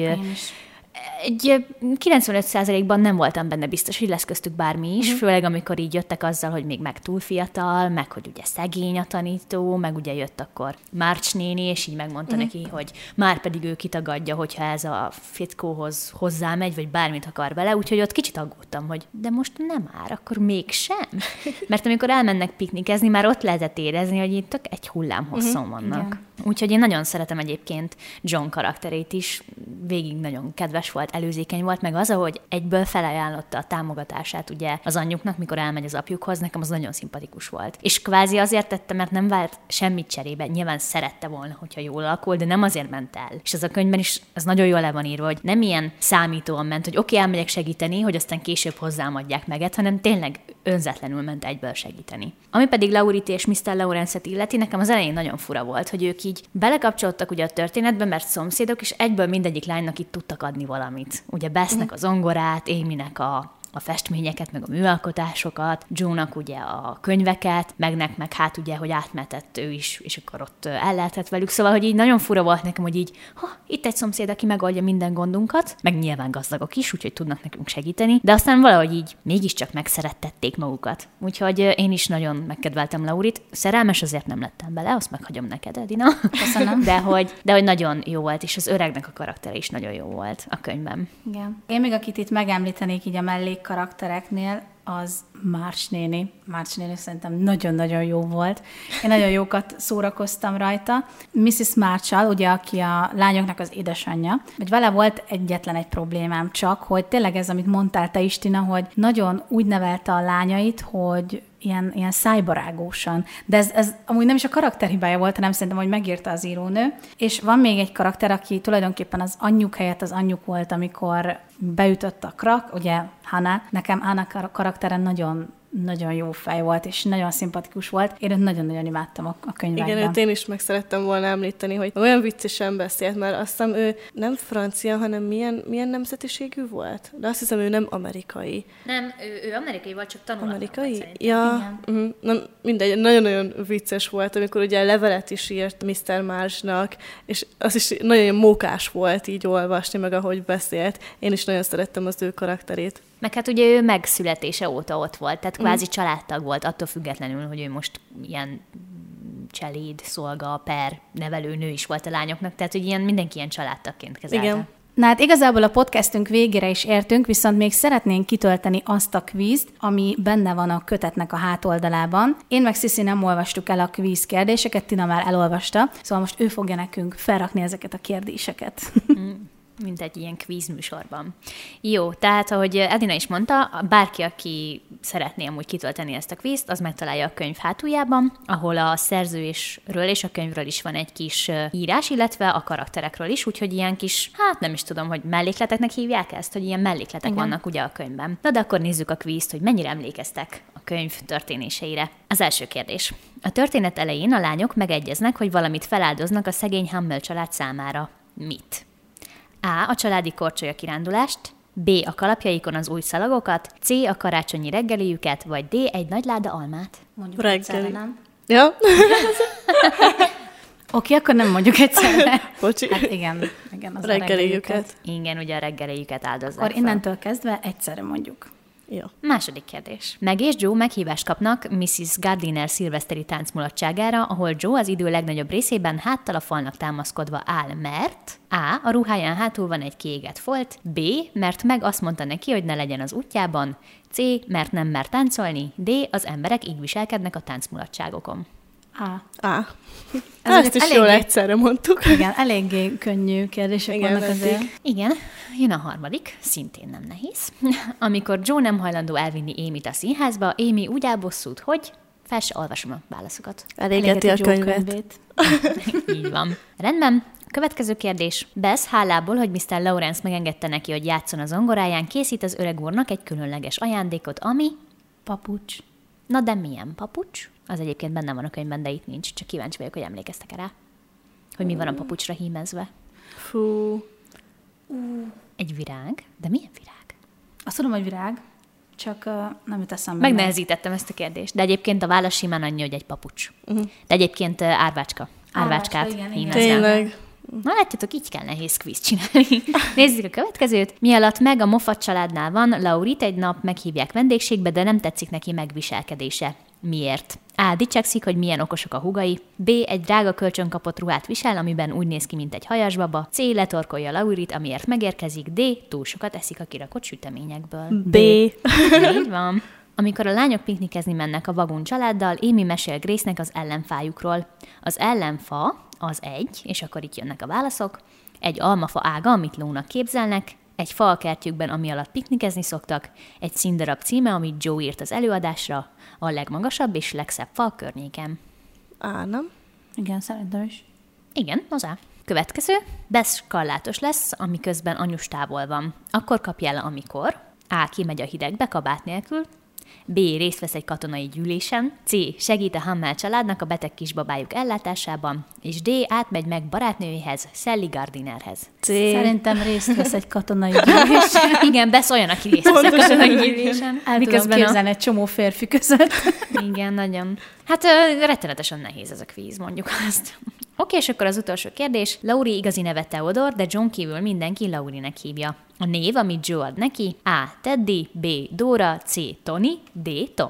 Speaker 4: egy kilencvenöt százalékban nem voltam benne biztos, hogy lesz köztük bármi is, uh-huh. főleg amikor így jöttek azzal, hogy még meg túl fiatal, meg hogy ugye szegény a tanító, meg ugye jött akkor March néni, és így megmondta uh-huh. neki, hogy már pedig ő kitagadja, hogyha ez a fickóhoz hozzámegy, vagy bármit akar vele, úgyhogy ott kicsit aggódtam, hogy de most nem már, akkor mégsem. Mert amikor elmennek piknikezni, már ott lehetett érezni, hogy itt tök egy hullám hosszon uh-huh. vannak. Yeah. Úgyhogy én nagyon szeretem egyébként John karakterét is, végig nagyon kedves volt, előzékeny volt, meg az, ahogy egyből felajánlotta a támogatását ugye az anyjuknak, mikor elmegy az apjukhoz, nekem az nagyon szimpatikus volt. És kvázi azért tette, mert nem várt semmit cserébe. Nyilván szerette volna, hogyha jól alakul, de nem azért ment el. És ez a könyvben is az nagyon jól le van írva, hogy nem ilyen számítóan ment, hogy oké, okay, elmegyek segíteni, hogy aztán később hozzám adják meget, hanem tényleg önzetlenül ment egyből segíteni. Ami pedig Laurit és miszter Lawrence-et illeti, nekem az elején nagyon fura volt, hogy ők így belekapcsoltak ugye a történetbe, mert szomszédok, és egyből mindegyik lánynak itt tudtak adni valamit. Ugye Bessnek a zongorát, Amynek a a festményeket, meg a műalkotásokat, Joe-nak ugye a könyveket, megnek meg hát ugye, hogy átmetett ő is, és akkor ott el lehetett velük. Szóval, hogy így nagyon fura volt nekem, hogy így, ha, itt egy szomszéd, aki megoldja minden gondunkat, meg nyilván gazdagok is, úgyhogy tudnak nekünk segíteni, de aztán valahogy így mégiscsak megszerettették magukat. Úgyhogy én is nagyon megkedveltem Laurit. Szerelmes azért nem lettem bele, azt meghagyom neked, Edina.
Speaker 2: Köszönöm.
Speaker 4: De hogy, de hogy nagyon jó volt, és az öregnek a karaktere is nagyon jó volt a könyvben.
Speaker 2: Igen. Én még akit itt megemlítenék így a mellék karaktereknél, az March néni. March néni szerintem nagyon-nagyon jó volt. Én nagyon jókat szórakoztam rajta. missziz Marshall, ugye, aki a lányoknak az édesanyja, hogy vele volt egyetlen egy problémám csak, hogy tényleg ez, amit mondtál te is, Tina, hogy nagyon úgy nevelte a lányait, hogy ilyen, ilyen szájbarágósan. De ez, ez amúgy nem is a karakterhibája volt, hanem szerintem, hogy megírta az írónő. És van még egy karakter, aki tulajdonképpen az anyjuk helyett az anyjuk volt, amikor beütött a krak, ugye Hannah. Nekem Hannah karaktere nagyon nagyon jó fej volt, és nagyon szimpatikus volt. Én őt nagyon-nagyon imádtam a, a könyvekben.
Speaker 3: Igen, őt én is meg szerettem volna említeni, hogy olyan viccesen beszélt, mert azt hiszem ő nem francia, hanem milyen, milyen nemzetiségű volt? De azt hiszem ő nem amerikai.
Speaker 4: Nem, ő, ő amerikai volt, csak tanulatlan.
Speaker 3: Amerikai? Ja, uh-huh. Nem, mindegy, nagyon-nagyon vicces volt, amikor ugye levelet is írt miszter Marshnak, és az is nagyon mókás volt így olvasni, meg ahogy beszélt. Én is nagyon szerettem az ő karakterét.
Speaker 4: Meg hát ugye ő megszületése óta ott volt, tehát kvázi mm. családtag volt, attól függetlenül, hogy ő most ilyen cseléd, szolga, per, nevelőnő is volt a lányoknak, tehát hogy ilyen, mindenki ilyen családtagként kezelte. Igen.
Speaker 2: Na hát igazából a podcastünk végére is értünk, viszont még szeretnénk kitölteni azt a kvízt, ami benne van a kötetnek a hátoldalában. Én meg Sziszi nem olvastuk el a kvíz kérdéseket, Tina már elolvasta, szóval most ő fogja nekünk felrakni ezeket a kérdéseket.
Speaker 4: Mm. Mint egy ilyen kvíz műsorban. Jó, tehát ahogy Edina is mondta, bárki, aki szeretné amúgy kitölteni ezt a kvízt, az megtalálja a könyv hátuljában, ahol a szerzőről és a könyvről is van egy kis írás, illetve a karakterekről is, úgyhogy ilyen kis, hát nem is tudom, hogy mellékleteknek hívják ezt, hogy ilyen mellékletek Igen. vannak ugye a könyvben. Na de akkor nézzük a kvízt, hogy mennyire emlékeztek a könyv történéseire. Az első kérdés. A történet elején a lányok megegyeznek, hogy valamit feláldoznak a szegény Hummel család számára. Mit? A. A családi korcsolya kirándulást, B. A kalapjaikon az új szalagokat, C. A karácsonyi reggeliüket, vagy D. Egy nagy láda almát.
Speaker 2: Mondjuk egyszerre, nem?
Speaker 3: Ja.
Speaker 2: Oké, okay, akkor nem mondjuk egyszerre.
Speaker 3: Bocsi.
Speaker 2: Hát igen, igen az
Speaker 3: reggeliüket.
Speaker 4: Igen, ugye a reggeliüket áldozzák.
Speaker 2: Akkor innentől kezdve egyszerre mondjuk.
Speaker 3: Jó.
Speaker 4: Második kérdés. Meg és Joe meghívást kapnak missziz Gardiner szilveszteri táncmulatságára, ahol Joe az idő legnagyobb részében háttal a falnak támaszkodva áll, mert A. A ruháján hátul van egy kiégett folt, B. Mert meg azt mondta neki, hogy ne legyen az útjában, C. Mert nem mer táncolni, D. Az emberek így viselkednek a táncmulatságokon.
Speaker 2: A.
Speaker 3: A. Ezt is eléggé, jól egyszerre mondtuk.
Speaker 2: Igen, eléggé könnyű kérdések
Speaker 3: igen,
Speaker 2: vannak azért.
Speaker 4: Igen, jön a harmadik, szintén nem nehéz. Amikor Joe nem hajlandó elvinni Amyt a színházba, Amy úgy elbosszút, hogy fel se olvasom a válaszokat.
Speaker 3: Elégeti a könyvet.
Speaker 4: Így van. Rendben. Következő kérdés. Bess hálából, hogy miszter Lawrence megengedte neki, hogy játszon a zongoráján, készít az öreg úrnak egy különleges ajándékot, ami...
Speaker 2: Papucs.
Speaker 4: Na de milyen papucs? Az egyébként benne van a könyvben, de itt nincs. Csak kíváncsi vagyok, hogy emlékeztek rá. Hogy mi van a papucsra hímezve.
Speaker 3: Fú.
Speaker 4: Uh. Egy virág? De milyen virág?
Speaker 2: Azt tudom, hogy virág, csak uh, nem jut eszembe.
Speaker 4: Megnehezítettem ezt a kérdést. De egyébként a válasz simán annyi, hogy egy papucs. Uh-huh. De egyébként uh, árvácska. Árvácskát hímezve.
Speaker 3: Tényleg.
Speaker 4: Na látjátok, így kell nehéz kvíz csinálni. Nézzük a következőt. Mi alatt meg a Moffat családnál van, Laurit egy nap meghívják vendégségbe, de nem tetszik neki megviselkedése. Miért? A. Dicsekszik, hogy milyen okosok a húgai. B. Egy drága kölcsön kapott ruhát visel, amiben úgy néz ki, mint egy hajasbaba. C. Letorkolja Laurit, amiért megérkezik. D. Túl sokat eszik a kirakott süteményekből.
Speaker 3: B.
Speaker 4: Így van. Amikor a lányok piknikezni mennek a Vagun családdal, Amy mesél Grace-nek az ellenfájukról. Az ellenfa az egy, és akkor itt jönnek a válaszok. egy almafa ága, amit lónak képzelnek, egy fa a kertjükben, ami alatt piknikezni szoktak, egy színdarab címe, amit Joe írt az előadásra, a legmagasabb és legszebb fa a környéken.
Speaker 3: Á, nem?
Speaker 2: Igen, szerintem is.
Speaker 4: Igen, az A. Következő, Bess skarlátos lesz, amiközben anyus távol van. Akkor kapja el, amikor A. kimegy a hidegbe kabát nélkül, B. részt vesz egy katonai gyűlésen, C. segít a Hammel családnak a beteg kisbabájuk ellátásában, és D. átmegy meg barátnőjéhez, Sally Gardinerhez.
Speaker 3: C.
Speaker 2: Szerintem részt vesz egy katonai gyűlésen.
Speaker 4: Igen, Bess olyan, aki részt vesz a katonai gyűlésen.
Speaker 2: El tudom képzelni egy csomó férfi között.
Speaker 4: Igen, nagyon. Hát ö, rettenetesen nehéz ez a kvíz, mondjuk azt. Oké, és akkor az utolsó kérdés. Laurie igazi neve Theodore, de John kívül mindenki Laurie-nek hívja. A név, amit Joe ad neki, A. Teddy, B. Dora, C. Tony, D. Tom.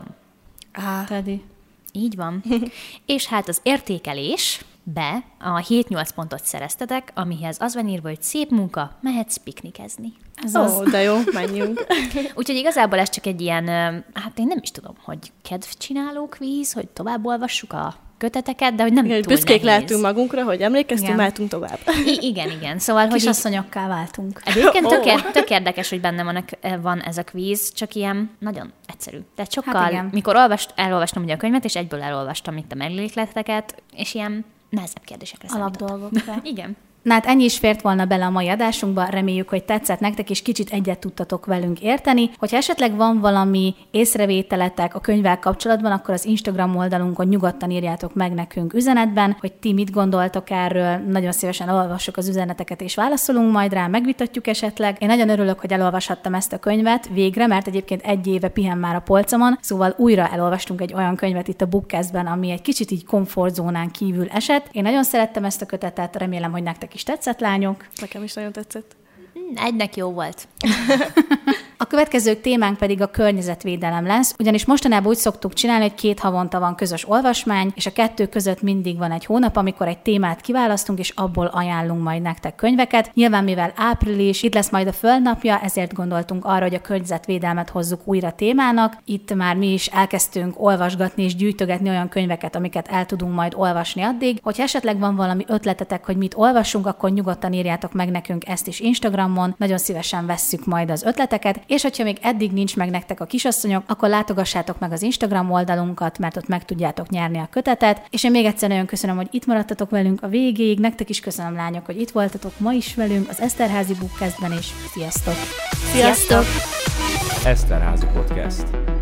Speaker 3: Á.
Speaker 2: Teddy.
Speaker 4: Így van. És hát az értékelés, B. A hét-nyolc pontot szereztetek, amihez az van írva, hogy szép munka, mehetsz piknikezni.
Speaker 2: Ez
Speaker 3: Ó,
Speaker 2: az.
Speaker 3: de jó, menjünk.
Speaker 4: Úgyhogy igazából ez csak egy ilyen, hát én nem is tudom, hogy kedvcsináló kvíz, hogy tovább olvassuk a köteteket, de hogy nem
Speaker 3: Igen,
Speaker 4: túl
Speaker 3: büszkék
Speaker 4: nehéz.
Speaker 3: lehetünk magunkra, hogy emlékeztünk,
Speaker 2: Igen.
Speaker 3: mehetünk tovább.
Speaker 4: I- igen, igen. Szóval, hogy így,
Speaker 2: Kisasszonyokká váltunk.
Speaker 4: egyébként tök,
Speaker 3: Ó.
Speaker 4: ér- tök érdekes, hogy benne van, a, van ez a kvíz, csak ilyen nagyon egyszerű. Tehát sokkal,
Speaker 2: Hát igen.
Speaker 4: mikor olvast, elolvastam ugye a könyvet, és egyből elolvastam itt a mellékleteket, és ilyen nehezebb kérdésekre számítottam.
Speaker 2: Alapdolgokra.
Speaker 4: Igen.
Speaker 2: Na hát ennyi is fért volna bele a mai adásunkba, reméljük, hogy tetszett nektek, és kicsit egyet tudtatok velünk érteni. Hogyha esetleg van valami észrevételetek a könyvvel kapcsolatban, akkor az Instagram oldalunkon nyugodtan írjátok meg nekünk üzenetben, hogy ti mit gondoltok erről. Nagyon szívesen olvassuk az üzeneteket, és válaszolunk majd rá, megvitatjuk esetleg. Én nagyon örülök, hogy elolvashattam ezt a könyvet végre, mert egyébként egy éve pihen már a polcomon, szóval újra elolvastunk egy olyan könyvet itt a Bookcastben, ami egy kicsit így komfortzónán kívül esett. Én nagyon szerettem ezt a kötetet, remélem, hogy nektek is tetszett, lányok.
Speaker 3: Nekem is nagyon tetszett.
Speaker 4: Egynek jó volt.
Speaker 2: A következő témánk pedig a környezetvédelem lesz, ugyanis mostanában úgy szoktuk csinálni, hogy két havonta van közös olvasmány, és a kettő között mindig van egy hónap, amikor egy témát kiválasztunk, és abból ajánlunk majd nektek könyveket. Nyilván, mivel április, itt lesz majd a Földnapja, ezért gondoltunk arra, hogy a környezetvédelmet hozzuk újra témának. Itt már mi is elkezdtünk olvasgatni és gyűjtögetni olyan könyveket, amiket el tudunk majd olvasni addig. Hogyha esetleg van valami ötletetek, hogy mit olvassunk, akkor nyugodtan írjátok meg nekünk ezt is Instagramon, nagyon szívesen vesszük majd az ötleteket. És hogyha még eddig nincs meg nektek a kisasszonyok, akkor látogassátok meg az Instagram oldalunkat, mert ott meg tudjátok nyerni a kötetet. És én még egyszer nagyon köszönöm, hogy itt maradtatok velünk a végéig. Nektek is köszönöm, lányok, hogy itt voltatok ma is velünk az Eszterházi Bookcastben, és sziasztok!
Speaker 3: Sziasztok!
Speaker 1: Eszterházi Podcast.